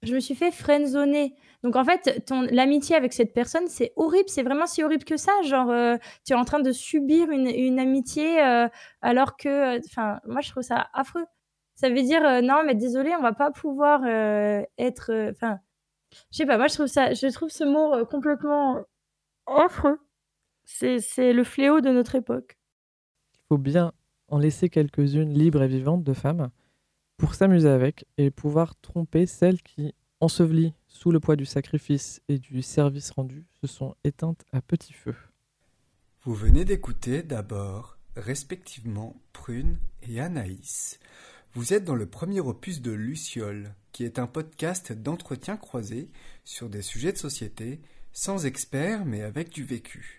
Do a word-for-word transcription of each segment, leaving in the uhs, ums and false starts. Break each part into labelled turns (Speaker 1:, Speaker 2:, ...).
Speaker 1: je me suis fait friendzoner. Donc en fait, ton l'amitié avec cette personne, c'est horrible, c'est vraiment si horrible que ça. Genre, heu, tu es en train de subir une une amitié, heu, alors que, enfin, moi je trouve ça affreux. Ça veut dire, heu: «Non mais désolé, on va pas pouvoir, heu, être, enfin, je sais pas, moi je trouve ça je trouve ce mot, heu, complètement affreux. C'est c'est le fléau de notre époque.
Speaker 2: Il faut bien en laisser quelques-unes libres et vivantes de femmes pour s'amuser avec et pouvoir tromper celles qui, ensevelies sous le poids du sacrifice et du service rendu, se sont éteintes à petit feu.
Speaker 3: Vous venez d'écouter d'abord, respectivement, Prune et Anaïs. Vous êtes dans le premier opus de Luciole, qui est un podcast d'entretien croisé sur des sujets de société, sans experts mais avec du vécu.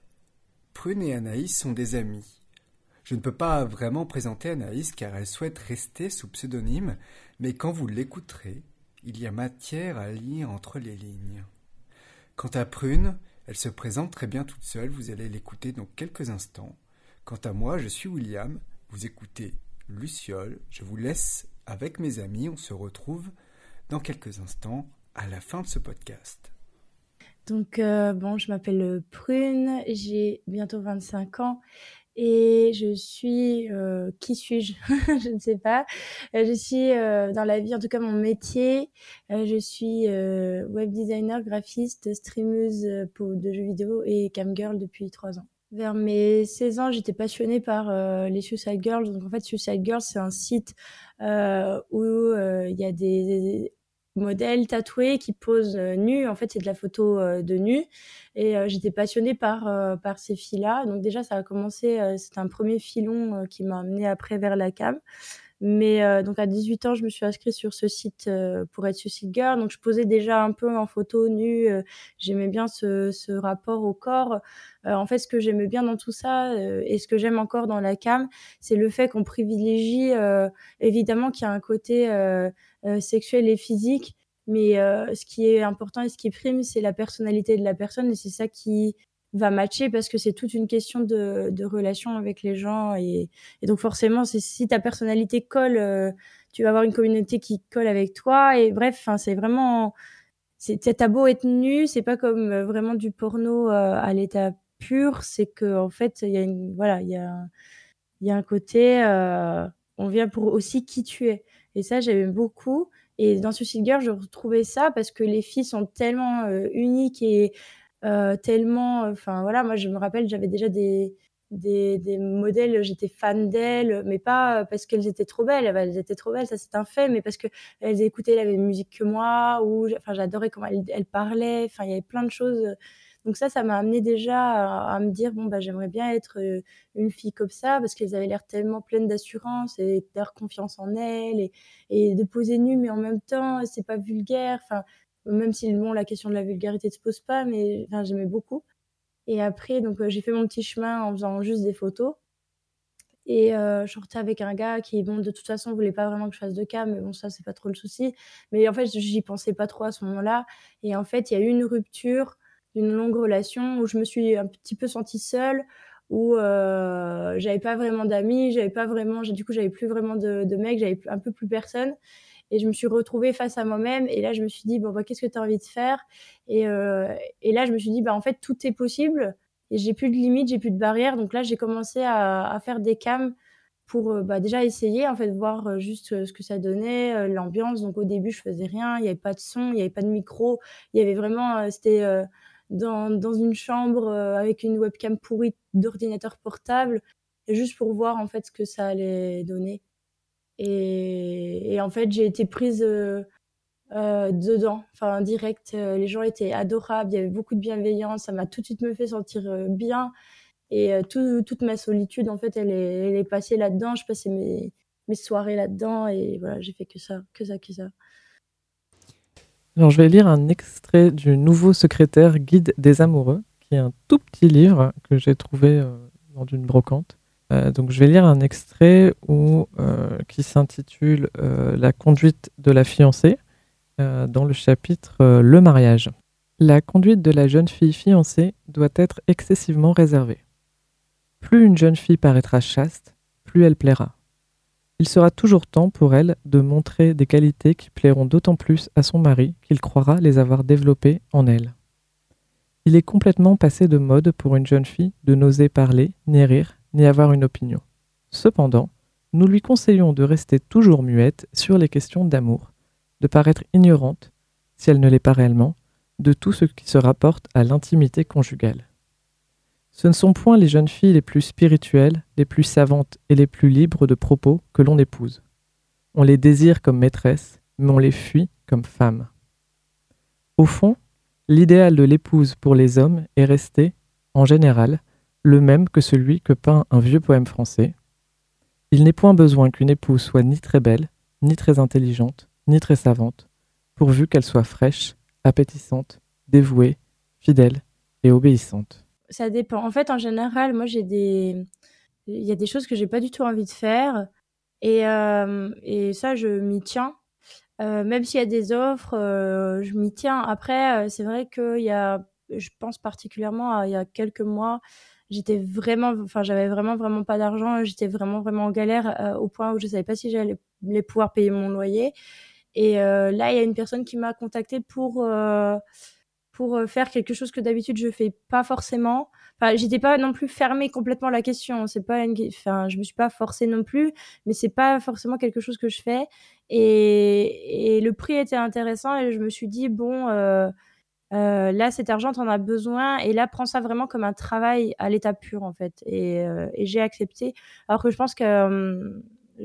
Speaker 3: Prune et Anaïs sont des amies. Je ne peux pas vraiment présenter Anaïs car elle souhaite rester sous pseudonyme, mais quand vous l'écouterez, il y a matière à lire entre les lignes. Quant à Prune, elle se présente très bien toute seule, vous allez l'écouter dans quelques instants. Quant à moi, je suis William, vous écoutez Luciole, je vous laisse avec mes amis, on se retrouve dans quelques instants à la fin de ce podcast.
Speaker 1: Donc euh, bon, je m'appelle Prune, j'ai bientôt vingt-cinq ans et je suis... Euh, qui suis-je? Je ne sais pas. Euh, je suis euh, dans la vie, en tout cas mon métier, euh, je suis euh, web designer, graphiste, streameuse pour, de jeux vidéo et camgirl depuis trois ans. Vers mes seize ans, j'étais passionnée par euh, les Suicide Girls. Donc en fait, Suicide Girls, c'est un site euh, où il euh, y a des, des modèles tatoués qui posent euh, nus. En fait, c'est de la photo euh, de nus. Et euh, j'étais passionnée par euh, par ces filles-là. Donc déjà, ça a commencé. Euh, c'était un premier filon euh, qui m'a amenée après vers la cam. Mais euh, donc à dix-huit ans, je me suis inscrite sur ce site euh, pour être Suicide Girl. Donc je posais déjà un peu en photo nue. Euh, j'aimais bien ce, ce rapport au corps. Euh, en fait, ce que j'aimais bien dans tout ça euh, et ce que j'aime encore dans la cam, c'est le fait qu'on privilégie, euh, évidemment qu'il y a un côté euh, euh, sexuel et physique, mais euh, ce qui est important et ce qui prime, c'est la personnalité de la personne et c'est ça qui va matcher parce que c'est toute une question de, de relation avec les gens et, et donc forcément c'est, si ta personnalité colle, euh, tu vas avoir une communauté qui colle avec toi et bref, enfin c'est vraiment, c'est, t'as beau être nu, c'est pas comme euh, vraiment du porno euh, à l'état pur, c'est que en fait il y a une, voilà, il y a il y a un côté, euh, on vient pour aussi qui tu es. Et ça, j'aime beaucoup. Et dans Suicide Girl, je retrouvais ça parce que les filles sont tellement euh, uniques et euh, tellement... Enfin, voilà, moi, je me rappelle, j'avais déjà des, des, des modèles, j'étais fan d'elles, mais pas parce qu'elles étaient trop belles. Elles étaient trop belles, ça, c'est un fait, mais parce qu'elles écoutaient la même musique que moi, ou enfin, j'adorais comment elles, elles parlaient. Enfin, il y avait plein de choses. Donc ça, ça m'a amené déjà à, à me dire, bon, bah, j'aimerais bien être... Euh, une fille comme ça parce qu'elles avaient l'air tellement pleines d'assurance et d'avoir confiance en elles et, et de poser nu mais en même temps c'est pas vulgaire, enfin même si bon la question de la vulgarité ne se pose pas, mais enfin, j'aimais beaucoup. Et après donc euh, j'ai fait mon petit chemin en faisant juste des photos et euh, je sortais avec un gars qui bon de toute façon voulait pas vraiment que je fasse de cam, mais bon ça c'est pas trop le souci, mais en fait j'y pensais pas trop à ce moment-là et en fait il y a eu une rupture d'une longue relation où je me suis un petit peu sentie seule, où euh, j'avais pas vraiment d'amis, j'avais pas vraiment, du coup j'avais plus vraiment de, de mecs, j'avais un peu plus personne et je me suis retrouvée face à moi-même et là je me suis dit bon bah qu'est-ce que tu as envie de faire et, euh, et là je me suis dit bah en fait tout est possible et j'ai plus de limites, j'ai plus de barrières, donc là j'ai commencé à, à faire des cams pour euh, bah, déjà essayer en fait voir euh, juste euh, ce que ça donnait, euh, l'ambiance. Donc au début je faisais rien, il n'y avait pas de son, il n'y avait pas de micro, il y avait vraiment euh, c'était euh, dans, dans une chambre euh, avec une webcam pourrie d'ordinateur portable, et juste pour voir en fait ce que ça allait donner. Et, et en fait, j'ai été prise euh, euh, dedans, enfin direct. Euh, les gens étaient adorables, il y avait beaucoup de bienveillance, ça m'a tout de suite me fait sentir euh, bien. Et euh, tout, toute ma solitude, en fait, elle est, elle est passée là-dedans. Je passais mes, mes soirées là-dedans et voilà, j'ai fait que ça, que ça, que ça.
Speaker 2: Alors, je vais lire un extrait du nouveau secrétaire guide des amoureux, qui est un tout petit livre que j'ai trouvé euh, dans une brocante. Euh, donc, je vais lire un extrait où, euh, qui s'intitule euh, La conduite de la fiancée, euh, dans le chapitre euh, Le mariage. La conduite de la jeune fille fiancée doit être excessivement réservée. Plus une jeune fille paraîtra chaste, plus elle plaira. Il sera toujours temps pour elle de montrer des qualités qui plairont d'autant plus à son mari qu'il croira les avoir développées en elle. Il est complètement passé de mode pour une jeune fille de n'oser parler, ni rire, ni avoir une opinion. Cependant, nous lui conseillons de rester toujours muette sur les questions d'amour, de paraître ignorante, si elle ne l'est pas réellement, de tout ce qui se rapporte à l'intimité conjugale. Ce ne sont point les jeunes filles les plus spirituelles, les plus savantes et les plus libres de propos que l'on épouse. On les désire comme maîtresses, mais on les fuit comme femmes. Au fond, l'idéal de l'épouse pour les hommes est resté, en général, le même que celui que peint un vieux poème français. Il n'est point besoin qu'une épouse soit ni très belle, ni très intelligente, ni très savante, pourvu qu'elle soit fraîche, appétissante, dévouée, fidèle et obéissante.
Speaker 1: Ça dépend. En fait, en général, moi, j'ai des... Il y a des choses que j'ai pas du tout envie de faire. Et, euh, et ça, je m'y tiens. Euh, même s'il y a des offres, euh, je m'y tiens. Après, euh, c'est vrai qu'il y a... Je pense particulièrement à il y a quelques mois, j'étais vraiment... Enfin, j'avais vraiment, vraiment pas d'argent. J'étais vraiment, vraiment en galère euh, au point où je savais pas si j'allais les pouvoir payer mon loyer. Et euh, là, il y a une personne qui m'a contactée pour... Euh, pour euh, faire quelque chose que d'habitude je fais pas forcément. Enfin, j'étais pas non plus fermée complètement à la question. C'est pas une... enfin, je me suis pas forcée non plus, mais c'est pas forcément quelque chose que je fais. Et, et le prix était intéressant et je me suis dit bon, euh, euh, là cet argent t'en as besoin et là prends ça vraiment comme un travail à l'état pur en fait. Et, euh, et j'ai accepté. Alors que je pense que euh,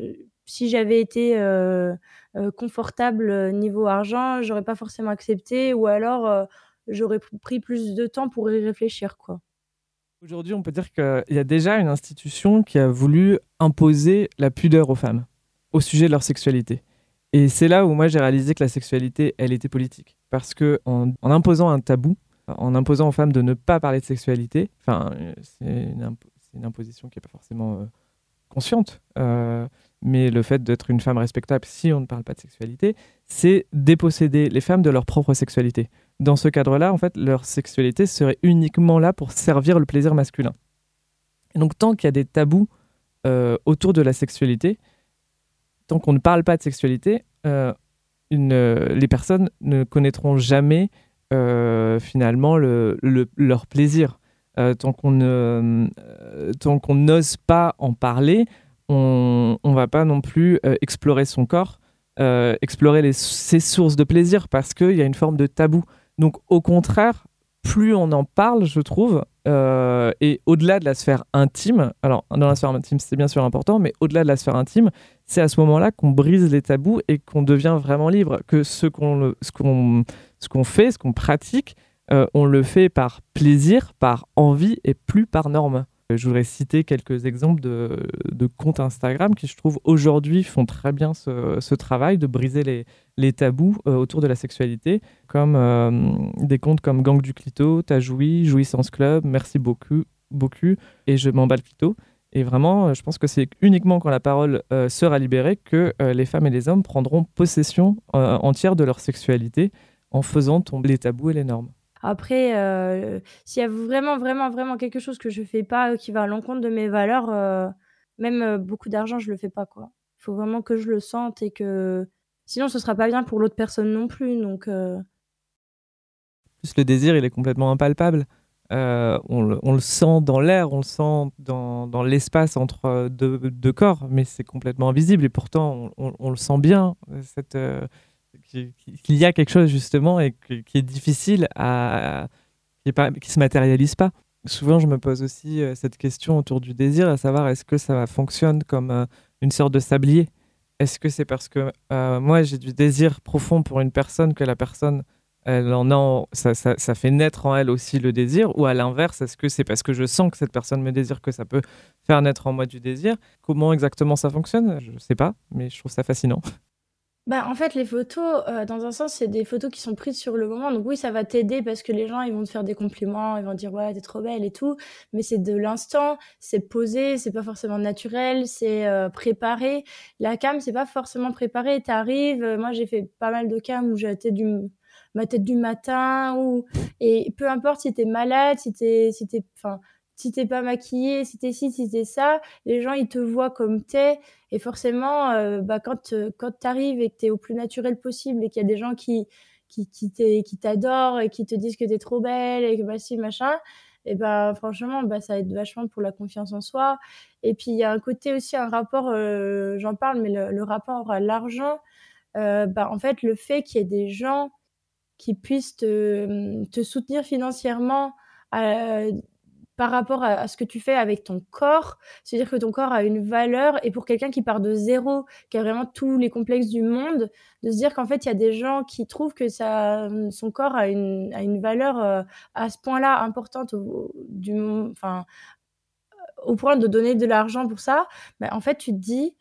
Speaker 1: si j'avais été euh, euh, confortable niveau argent, j'aurais pas forcément accepté ou alors euh, j'aurais pris plus de temps pour y réfléchir, quoi.
Speaker 2: Aujourd'hui, on peut dire qu'il y a déjà une institution qui a voulu imposer la pudeur aux femmes au sujet de leur sexualité. Et c'est là où moi j'ai réalisé que la sexualité, elle était politique. Parce que en, en imposant un tabou, en imposant aux femmes de ne pas parler de sexualité, enfin, c'est une, imp- c'est une imposition qui n'est pas forcément euh, consciente, euh, mais le fait d'être une femme respectable si on ne parle pas de sexualité, c'est déposséder les femmes de leur propre sexualité. Dans ce cadre-là, en fait, leur sexualité serait uniquement là pour servir le plaisir masculin. Et donc, tant qu'il y a des tabous euh, autour de la sexualité, tant qu'on ne parle pas de sexualité, euh, une, euh, les personnes ne connaîtront jamais euh, finalement le, le, leur plaisir. Euh, tant qu'on ne, euh, tant qu'on n'ose pas en parler, on ne va pas non plus euh, explorer son corps, euh, explorer les, ses sources de plaisir parce qu'il y a une forme de tabou. Donc au contraire, plus on en parle, je trouve, euh, et au-delà de la sphère intime, alors dans la sphère intime c'est bien sûr important, mais au-delà de la sphère intime, c'est à ce moment-là qu'on brise les tabous et qu'on devient vraiment libre, que ce qu'on, ce qu'on, ce qu'on fait, ce qu'on pratique, euh, on le fait par plaisir, par envie et plus par norme. Je voudrais citer quelques exemples de, de comptes Instagram qui, je trouve, aujourd'hui font très bien ce, ce travail de briser les, les tabous euh, autour de la sexualité, comme euh, des comptes comme Gang du Clito, T'as joui, Jouissance Club, Merci beaucoup, beaucoup et Je m'emballe Clito. Et vraiment, je pense que c'est uniquement quand la parole euh, sera libérée que euh, les femmes et les hommes prendront possession euh, entière de leur sexualité en faisant tomber les tabous et les normes.
Speaker 1: Après, euh, s'il y a vraiment, vraiment, vraiment quelque chose que je fais pas, euh, qui va à l'encontre de mes valeurs, euh, même euh, beaucoup d'argent, je le fais pas, quoi. Il faut vraiment que je le sente et que... Sinon, ce sera pas bien pour l'autre personne non plus, donc... Euh...
Speaker 2: Plus le désir, il est complètement impalpable. Euh, on, le, on le sent dans l'air, on le sent dans, dans l'espace entre deux, deux corps, mais c'est complètement invisible et pourtant on, on, on le sent bien, cette, euh, qu'il, qu'il y a quelque chose justement et que, qui est difficile à, qui, est pas, qui se matérialise pas. Souvent je me pose aussi euh, cette question autour du désir, à savoir est-ce que ça fonctionne comme euh, une sorte de sablier? Est-ce que c'est parce que euh, moi j'ai du désir profond pour une personne que la personne elle en a, ça, ça, ça fait naître en elle aussi le désir, ou à l'inverse, est-ce que c'est parce que je sens que cette personne me désire que ça peut faire naître en moi du désir? Comment exactement ça fonctionne? Je ne sais pas, mais je trouve ça fascinant.
Speaker 1: Bah, en fait, les photos, euh, dans un sens, c'est des photos qui sont prises sur le moment. Donc oui, ça va t'aider parce que les gens, ils vont te faire des compliments, ils vont dire ouais, t'es trop belle et tout. Mais c'est de l'instant, c'est posé, c'est pas forcément naturel, c'est euh, préparé. La cam, c'est pas forcément préparé. T'arrives, euh, moi j'ai fait pas mal de cam où j'ai la tête du, ma tête du matin ou et peu importe si t'es malade, si t'es, si t'es, enfin, si t'es pas maquillée, si t'es ci, si t'es ça, les gens, ils te voient comme t'es. Et forcément, euh, bah, quand, euh, quand t'arrives et que t'es au plus naturel possible et qu'il y a des gens qui, qui, qui, t'es- qui t'adorent et qui te disent que t'es trop belle et que bah si, machin, et bah, franchement, bah, ça aide vachement pour la confiance en soi. Et puis, il y a un côté aussi, un rapport, euh, j'en parle, mais le, le rapport à l'argent, euh, bah, en fait, le fait qu'il y ait des gens qui puissent te, te soutenir financièrement euh, par rapport à, à ce que tu fais avec ton corps, c'est-à-dire que ton corps a une valeur, et pour quelqu'un qui part de zéro, qui a vraiment tous les complexes du monde, de se dire qu'en fait, il y a des gens qui trouvent que ça, son corps a une, a une valeur euh, à ce point-là importante, au, du, enfin, au point de donner de l'argent pour ça, bah, en fait, tu te dis,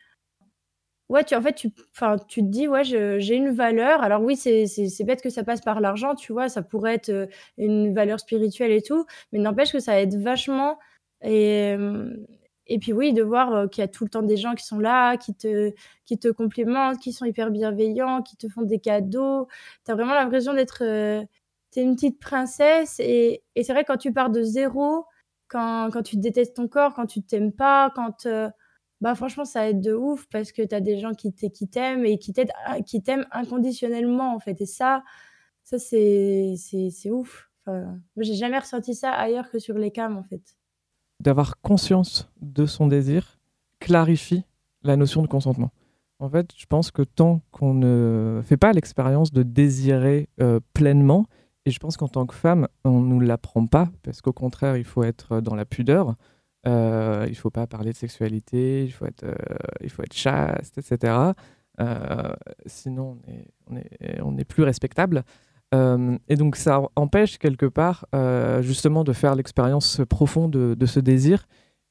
Speaker 1: ouais, tu en fait, tu enfin, tu te dis: «Ouais, je j'ai une valeur». Alors oui, c'est c'est c'est bête que ça passe par l'argent, tu vois? Ça pourrait être, heu, une valeur spirituelle et tout, mais n'empêche que ça aide vachement. Et hem et puis oui, de voir, heu, qu'il y a tout le temps des gens qui sont là, qui te qui te complimentent, qui sont hyper bienveillants, qui te font des cadeaux. Tu as vraiment l'impression d'être, heu, tu es une petite princesse. et et c'est vrai, quand tu pars de zéro, quand quand tu détestes ton corps, quand tu t'aimes pas, quand, heu bah, franchement, ça aide de ouf, parce que tu as des gens qui t'ai qui t'aiment et qui t'aident a qui t'aiment inconditionnellement, en fait. Et ça ça c'est c'est c'est ouf. Enfin, moi, j'ai jamais ressenti ça ailleurs que sur les cams, en fait.
Speaker 2: D'avoir conscience de son désir clarifie la notion de consentement. En fait, je pense que tant qu'on ne fait pas l'expérience de désirer euh, pleinement, et je pense qu'en tant que femme, on ne nous l'apprend pas, parce qu'au contraire, il faut être dans la pudeur, euh, il ne faut pas parler de sexualité, il faut être, euh, il faut être chaste, et cetera. Euh, sinon, on est, on est, on est plus respectable. Euh, et donc ça empêche quelque part euh, justement de faire l'expérience profonde de, de ce désir,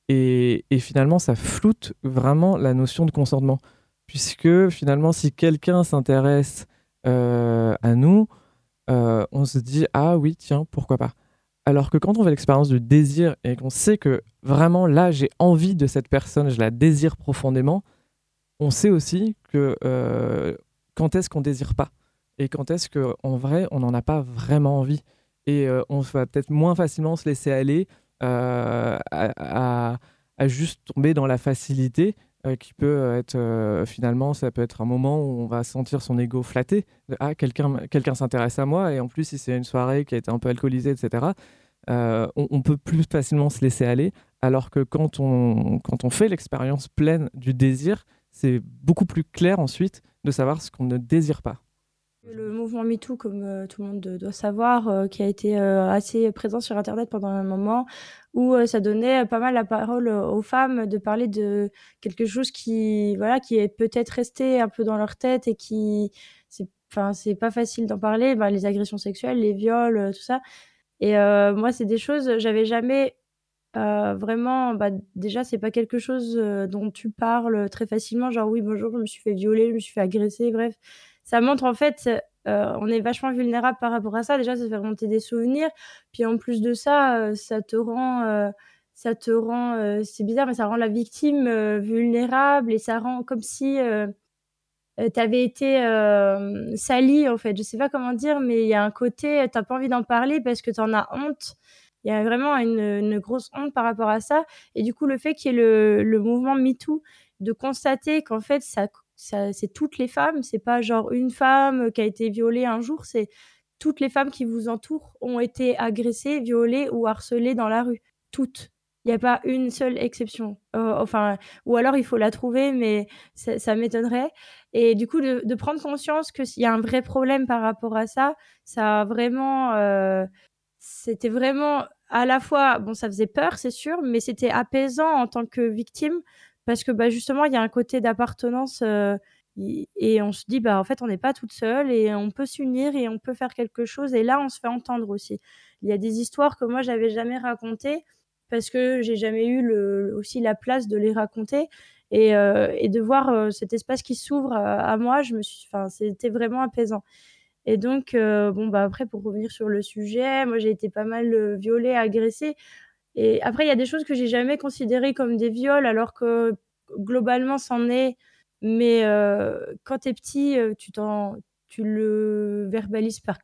Speaker 2: et, et finalement ça floute vraiment la notion de consentement, puisque finalement si quelqu'un s'intéresse euh, à nous, euh, on se dit ah oui tiens pourquoi pas, alors que quand on fait l'expérience du désir et qu'on sait que vraiment là j'ai envie de cette personne, je la désire profondément, on sait aussi que euh, quand est-ce qu'on désire pas et quand est-ce qu'en vrai on n'en a pas vraiment envie, et euh, on va peut-être moins facilement se laisser aller euh, à, à- à juste tomber dans la facilité euh, qui peut être euh, finalement ça peut être un moment où on va sentir son ego flatté de, ah quelqu'un quelqu'un s'intéresse à moi, et en plus si c'est une soirée qui a été un peu alcoolisée, etc., euh, on, on peut plus facilement se laisser aller, alors que quand on, quand on fait l'expérience pleine du désir, c'est beaucoup plus clair ensuite de savoir ce qu'on ne désire pas.
Speaker 1: Le mouvement MeToo, comme euh, tout le monde doit savoir, euh, qui a été euh, assez présent sur Internet pendant un moment, où euh, ça donnait pas mal la parole euh, aux femmes de parler de quelque chose qui, voilà, qui est peut-être resté un peu dans leur tête et qui, c'est, enfin, c'est pas facile d'en parler, bah, les agressions sexuelles, les viols, euh, tout ça. Et euh, moi, c'est des choses, j'avais jamais euh, vraiment, bah, déjà, c'est pas quelque chose euh, dont tu parles très facilement, genre oui, bonjour, je me suis fait violer, je me suis fait agresser, bref. Ça montre en fait, euh, on est vachement vulnérable par rapport à ça. Déjà, ça fait remonter des souvenirs. Puis en plus de ça, euh, ça te rend, euh, ça te rend, euh, c'est bizarre, mais ça rend la victime euh, vulnérable, et ça rend comme si euh, euh, t'avais été euh, salie, en fait. Je sais pas comment dire, mais il y a un côté, t'as pas envie d'en parler parce que t'en as honte. Il y a vraiment une, une grosse honte par rapport à ça. Et du coup, le fait qu'il y ait le, le mouvement MeToo, de constater qu'en fait, ça, ça, c'est toutes les femmes, c'est pas genre une femme qui a été violée un jour, c'est toutes les femmes qui vous entourent ont été agressées, violées ou harcelées dans la rue. Toutes. Il n'y a pas une seule exception. Euh, enfin, ou alors il faut la trouver, mais ça, ça m'étonnerait. Et du coup, de, de prendre conscience qu'il y a un vrai problème par rapport à ça, ça a vraiment, euh, c'était vraiment à la fois, bon, ça faisait peur, c'est sûr, mais c'était apaisant en tant que victime, parce que bah, justement, il y a un côté d'appartenance, euh, y- et on se dit, bah, en fait, on n'est pas toute seule et on peut s'unir et on peut faire quelque chose. Et là, on se fait entendre aussi. Il y a des histoires que moi, j'avais jamais racontées parce que j'ai jamais eu le, aussi la place de les raconter. Et, euh, et de voir euh, cet espace qui s'ouvre à, à moi, je me suis, enfin, c'était vraiment apaisant. Et donc, euh, bon, bah après, pour revenir sur le sujet, moi, j'ai été pas mal euh, violée, agressée. Et après, il y a des choses que j'ai jamais considérées comme des viols, alors que globalement, c'en est. Mais euh, quand t'es petit, euh, tu t'en, tu le verbalises pas,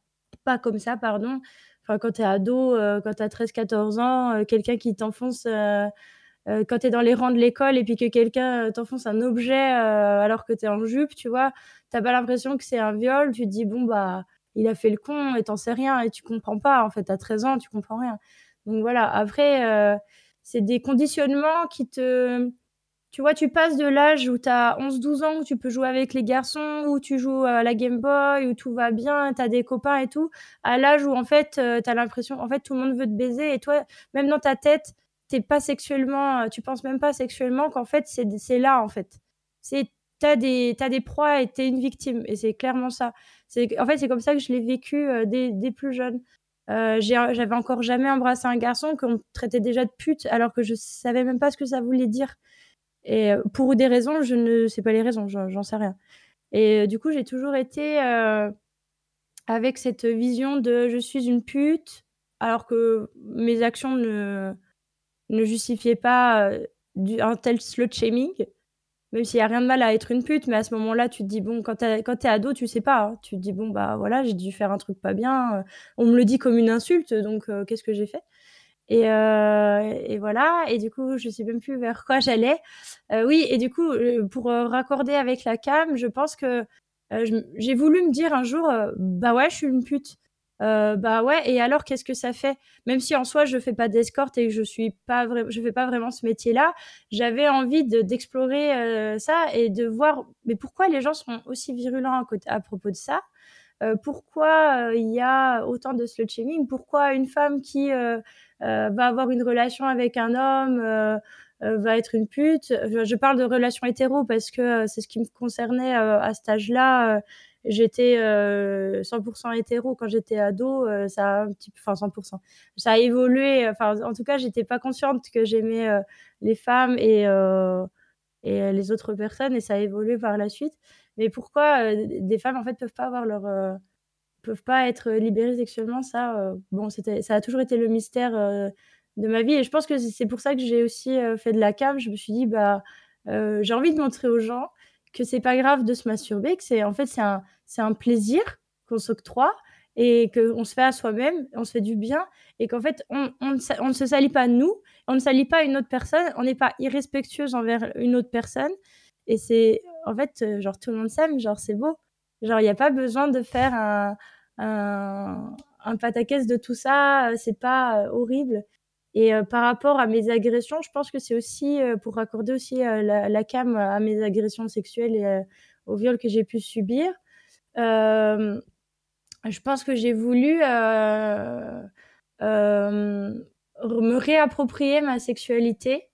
Speaker 1: pas comme ça, pardon. Enfin, quand t'es ado, euh, quand t'as treize quatorze ans, euh, quelqu'un qui t'enfonce, euh, euh, quand t'es dans les rangs de l'école et puis que quelqu'un euh, t'enfonce un objet euh, alors que t'es en jupe, tu vois, t'as pas l'impression que c'est un viol, tu te dis, bon, bah, il a fait le con et t'en sais rien et tu comprends pas, en fait, t'as treize ans, tu comprends rien. Donc voilà, après, euh, c'est des conditionnements qui te... Tu vois, tu passes de l'âge où tu as onze douze ans, où tu peux jouer avec les garçons, où tu joues à la Game Boy, où tout va bien, tu as des copains et tout, à l'âge où, en fait, euh, tu as l'impression, en fait, tout le monde veut te baiser. Et toi, même dans ta tête, t'es pas sexuellement, euh, tu penses même pas sexuellement qu'en fait, c'est, c'est là, en fait. C'est, t'as des, t'as des proies et t'es une victime. Et c'est clairement ça. C'est, en fait, c'est comme ça que je l'ai vécu euh, dès, dès plus jeune. Euh, j'ai, j'avais encore jamais embrassé un garçon qu'on me traitait déjà de pute, alors que je savais même pas ce que ça voulait dire. Et pour des raisons, je ne sais pas les raisons, j'en, j'en sais rien. Et du coup, j'ai toujours été euh, avec cette vision de je suis une pute, alors que mes actions ne, ne justifiaient pas euh, du, un tel slut-shaming, même s'il n'y a rien de mal à être une pute, mais à ce moment-là, tu te dis, bon, quand t'es, quand t'es ado, tu sais pas, hein, tu te dis, bon, bah voilà, j'ai dû faire un truc pas bien, euh, on me le dit comme une insulte, donc euh, qu'est-ce que j'ai fait ? Et, euh, et voilà, et du coup, je sais même plus vers quoi j'allais. Euh, oui, et du coup, pour euh, raccorder avec la cam, je pense que euh, je, j'ai voulu me dire un jour, euh, bah ouais, je suis une pute. Euh, bah ouais, et alors qu'est-ce que ça fait ? Même si en soi je fais pas d'escorte et que je suis pas vra- je fais pas vraiment ce métier-là, j'avais envie de, d'explorer euh, ça et de voir, mais pourquoi les gens sont aussi virulents à, côté, à propos de ça ? Euh, pourquoi il euh, y a autant de slut-shaming ? Pourquoi une femme qui euh, euh, va avoir une relation avec un homme euh, euh, va être une pute ? je, je parle de relations hétéro parce que euh, c'est ce qui me concernait euh, à cet âge-là. Euh, j'étais euh, cent pour cent hétéro quand j'étais ado. Euh, ça a un petit peu, enfin cent pour cent. Ça a évolué. Enfin, en tout cas, j'étais pas consciente que j'aimais euh, les femmes et euh, et les autres personnes, et ça a évolué par la suite. Mais pourquoi euh, des femmes en fait peuvent pas avoir leur euh, peuvent pas être libérées sexuellement, ça euh, bon, c'était ça a toujours été le mystère euh, de ma vie, et je pense que c'est pour ça que j'ai aussi euh, fait de la cam. Je me suis dit, bah euh, j'ai envie de montrer aux gens que c'est pas grave de se masturber, que c'est en fait c'est un c'est un plaisir qu'on s'octroie et qu'on se fait à soi-même, on se fait du bien, et qu'en fait on, on, ne, on ne se salit pas nous, on ne salit pas une autre personne, on n'est pas irrespectueuse envers une autre personne, et c'est en fait euh, genre tout le monde s'aime, genre c'est beau, genre il n'y a pas besoin de faire un, un, un pataquès de tout ça, euh, c'est pas euh, horrible. Et euh, par rapport à mes agressions, je pense que c'est aussi euh, pour raccorder aussi euh, la, la cam à mes agressions sexuelles et euh, aux viols que j'ai pu subir. Euh, je pense que j'ai voulu euh, euh, me réapproprier ma sexualité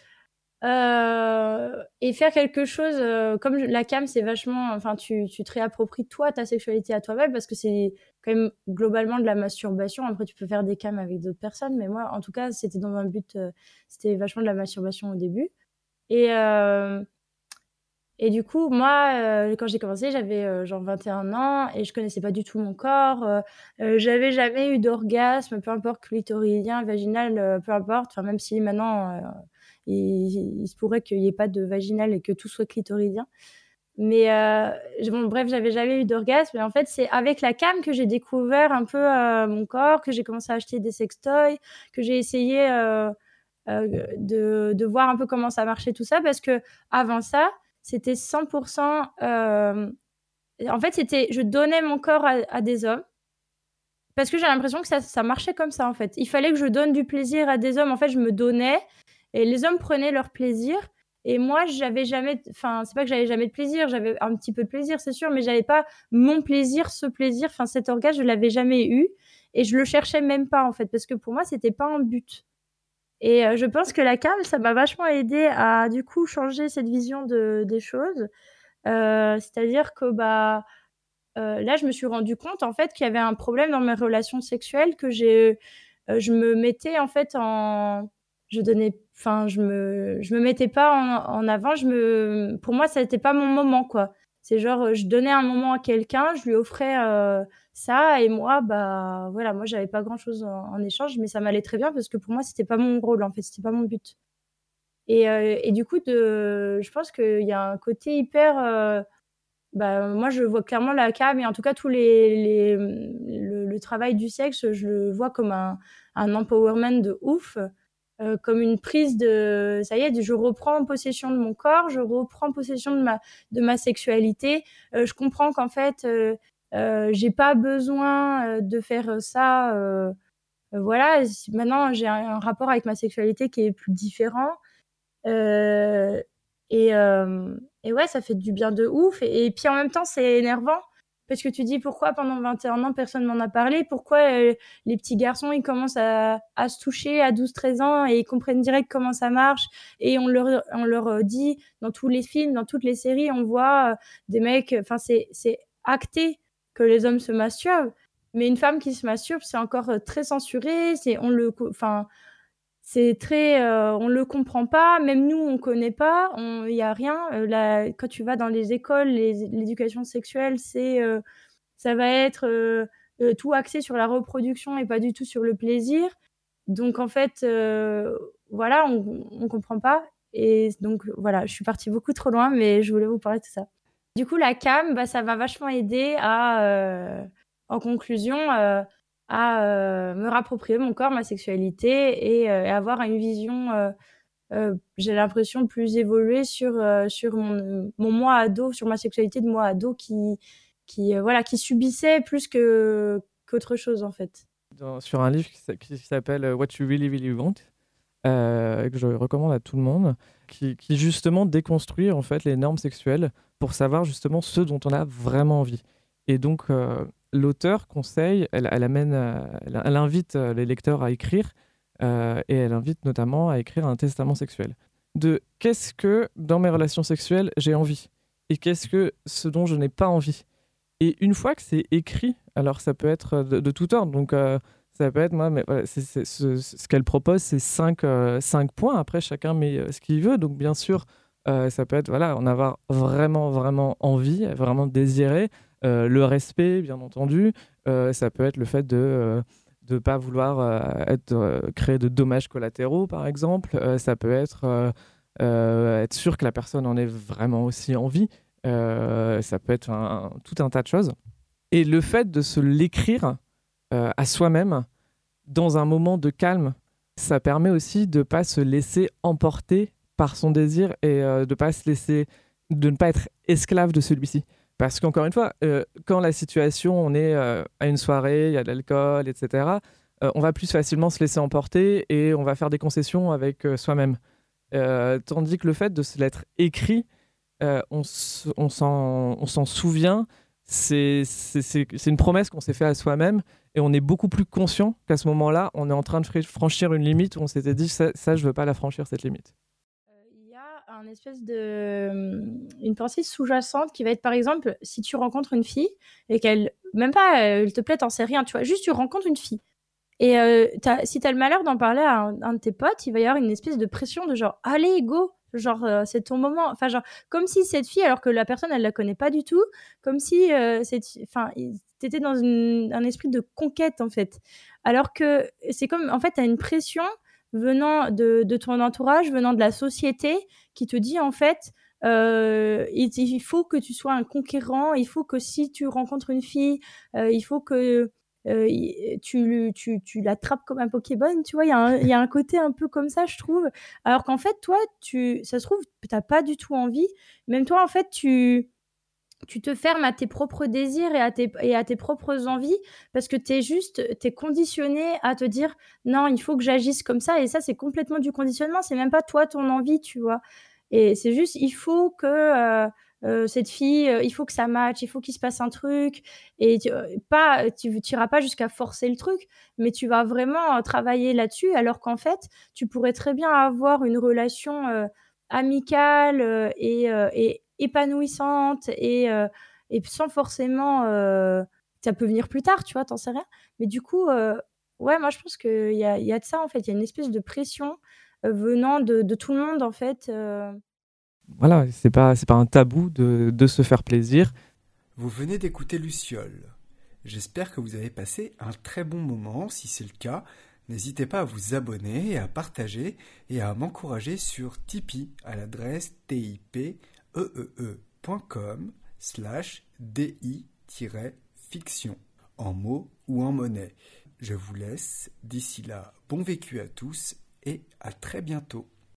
Speaker 1: euh, et faire quelque chose euh, comme la cam, c'est vachement, enfin tu, tu te réappropries toi ta sexualité à toi-même, parce que c'est quand même globalement de la masturbation. Après tu peux faire des cams avec d'autres personnes, mais moi en tout cas c'était dans un but, euh, c'était vachement de la masturbation au début. Et euh, et du coup, moi, euh, quand j'ai commencé, j'avais euh, genre vingt et un ans et je connaissais pas du tout mon corps. Euh, euh, j'avais jamais eu d'orgasme, peu importe clitoridien, vaginal, euh, peu importe. Enfin, même si maintenant, euh, il, il se pourrait qu'il y ait pas de vaginal et que tout soit clitoridien. Mais euh, bon, bref, j'avais jamais eu d'orgasme. Et en fait, c'est avec la cam que j'ai découvert un peu euh, mon corps, que j'ai commencé à acheter des sextoys, que j'ai essayé euh, euh, de, de voir un peu comment ça marchait tout ça, parce que avant ça, c'était cent pour cent euh, en fait, c'était je donnais mon corps à, à des hommes parce que j'ai l'impression que ça, ça marchait comme ça, en fait. Il fallait que je donne du plaisir à des hommes. En fait, je me donnais et les hommes prenaient leur plaisir. Et moi, j'avais jamais, enfin, c'est pas que j'avais jamais de plaisir, j'avais un petit peu de plaisir, c'est sûr, mais j'avais pas mon plaisir, ce plaisir, enfin, cet orgasme, je l'avais jamais eu et je le cherchais même pas, en fait, parce que pour moi, c'était pas un but. Et euh, je pense que la cam, ça m'a vachement aidé à, du coup, changer cette vision de, des choses. Euh, c'est-à-dire que, bah, euh, là, je me suis rendu compte, en fait, qu'il y avait un problème dans mes relations sexuelles, que j'ai, euh, je me mettais, en fait, en... Je donnais... Enfin, je me, je me mettais pas en, en avant. Je me... Pour moi, ça n'était pas mon moment, quoi. C'est genre, je donnais un moment à quelqu'un, je lui offrais euh, ça, et moi, bah, voilà, moi, j'avais pas grand-chose en, en échange, mais ça m'allait très bien, parce que pour moi, c'était pas mon rôle, en fait, c'était pas mon but. Et, euh, et du coup, de... je pense qu'il y a un côté hyper... Euh, bah, moi, je vois clairement la cam, et en tout cas, tous les, les, le, le travail du sexe, je le vois comme un, un empowerment de ouf, euh, comme une prise de, ça y est, je reprends possession de mon corps, je reprends possession de ma, de ma sexualité. Euh, je comprends qu'en fait, euh, euh, j'ai pas besoin de faire ça. Euh, euh, voilà, maintenant j'ai un, un rapport avec ma sexualité qui est plus différent. Euh, et, euh, et ouais, ça fait du bien de ouf. Et, et puis en même temps, c'est énervant parce que tu dis pourquoi pendant vingt et un ans personne m'en a parlé, pourquoi euh, les petits garçons ils commencent à, à se toucher à douze treize ans et ils comprennent direct comment ça marche, et on leur, on leur dit dans tous les films, dans toutes les séries, on voit euh, des mecs, enfin c'est, c'est acté que les hommes se masturbent, mais une femme qui se masturbe c'est encore euh, très censuré, c'est, on le, enfin c'est très, euh, on le comprend pas, même nous on connaît pas, il y a rien. Euh, la, quand tu vas dans les écoles, les, l'éducation sexuelle, c'est, euh, ça va être euh, euh, tout axé sur la reproduction et pas du tout sur le plaisir. Donc en fait, euh, voilà, on, on comprend pas. Et donc voilà, je suis partie beaucoup trop loin, mais je voulais vous parler de ça. Du coup, la cam, bah, ça va vachement aider à, euh, en conclusion, euh, à euh, me rapproprier mon corps, ma sexualité et, euh, et avoir une vision, euh, euh, j'ai l'impression, plus évoluée sur, euh, sur mon, mon moi ado, sur ma sexualité de moi ado qui, qui, euh, voilà, qui subissait plus que, qu'autre chose en fait.
Speaker 2: Dans, sur un livre qui, qui s'appelle What You Really Really Want, euh, que je recommande à tout le monde, qui, qui justement déconstruit en fait les normes sexuelles pour savoir justement ce dont on a vraiment envie. Et donc euh, l'auteur conseille, elle, elle amène, elle, elle invite les lecteurs à écrire euh, et elle invite notamment à écrire un testament sexuel de qu'est-ce que dans mes relations sexuelles j'ai envie et qu'est-ce que ce dont je n'ai pas envie. Et une fois que c'est écrit, alors ça peut être de, de tout ordre, donc euh, ça peut être, moi, mais voilà, c'est, c'est, ce, ce qu'elle propose, c'est cinq, euh, cinq points. Après, chacun met euh, ce qu'il veut. Donc, bien sûr, euh, ça peut être, voilà, en avoir vraiment, vraiment envie, vraiment désiré. Euh, le respect, bien entendu. Euh, ça peut être le fait de ne euh, pas vouloir euh, être, euh, créer de dommages collatéraux, par exemple. Euh, ça peut être euh, euh, être sûr que la personne en ait vraiment aussi envie. Euh, ça peut être un, un, tout un tas de choses. Et le fait de se l'écrire euh, à soi-même, dans un moment de calme, ça permet aussi de ne pas se laisser emporter par son désir et euh, de, pas se laisser, de ne pas être esclave de celui-ci. Parce qu'encore une fois, euh, quand la situation, on est euh, à une soirée, il y a de l'alcool, et cetera, euh, on va plus facilement se laisser emporter et on va faire des concessions avec euh, soi-même. Euh, tandis que le fait de se l'être écrit, euh, on, s- on, s'en, on s'en souvient, c'est, c'est, c'est, c'est une promesse qu'on s'est fait à soi-même et on est beaucoup plus conscient qu'à ce moment-là, on est en train de fr- franchir une limite où on s'était dit ça, ça je veux pas la franchir, cette limite.
Speaker 1: Il y a un espèce de une pensée sous-jacente qui va être, par exemple, si tu rencontres une fille et qu'elle, même pas, elle te plaît, t'en sais rien, tu vois, juste tu rencontres une fille. Et euh, t'as, si t'as le malheur d'en parler à un, un de tes potes, il va y avoir une espèce de pression de genre, allez, go, genre, euh, c'est ton moment. Enfin, genre, comme si cette fille, alors que la personne, elle la connaît pas du tout, comme si, euh, cette, enfin, t'étais dans une, un esprit de conquête, en fait. Alors que c'est comme, en fait, t'as une pression venant de, de ton entourage, venant de la société, qui te dit, en fait, euh, il, il faut que tu sois un conquérant, il faut que si tu rencontres une fille, euh, il faut que euh, tu, tu, tu l'attrapes comme un Pokémon, tu vois, il y, a un, y a un côté un peu comme ça, je trouve. Alors qu'en fait, toi, tu, ça se trouve, t'as pas du tout envie. Même toi, en fait, tu, tu te fermes à tes propres désirs et à tes, et à tes propres envies parce que t'es juste, t'es conditionné à te dire non, il faut que j'agisse comme ça. Et ça, c'est complètement du conditionnement. C'est même pas toi, ton envie, tu vois. Et c'est juste, il faut que euh, euh, cette fille, euh, il faut que ça matche, il faut qu'il se passe un truc. Et tu euh, pas, tu n'iras pas jusqu'à forcer le truc, mais tu vas vraiment euh, travailler là-dessus. Alors qu'en fait, tu pourrais très bien avoir une relation euh, amicale euh, et, euh, et épanouissante et, euh, et sans forcément. Euh, ça peut venir plus tard, tu vois, t'en sais rien. Mais du coup, euh, ouais, moi je pense qu'il y a, y a de ça en fait. Il y a une espèce de pression euh, venant de, de tout le monde en fait. Euh...
Speaker 2: Voilà, c'est pas, c'est pas un tabou de, de se faire plaisir.
Speaker 3: Vous venez d'écouter Luciole. J'espère que vous avez passé un très bon moment. Si c'est le cas, n'hésitez pas à vous abonner, à partager et à m'encourager sur Tipeee à l'adresse tipeee point com slash di-fiction. en mots ou en monnaie. Je vous laisse. D'ici là, bon vécu à tous et à très bientôt.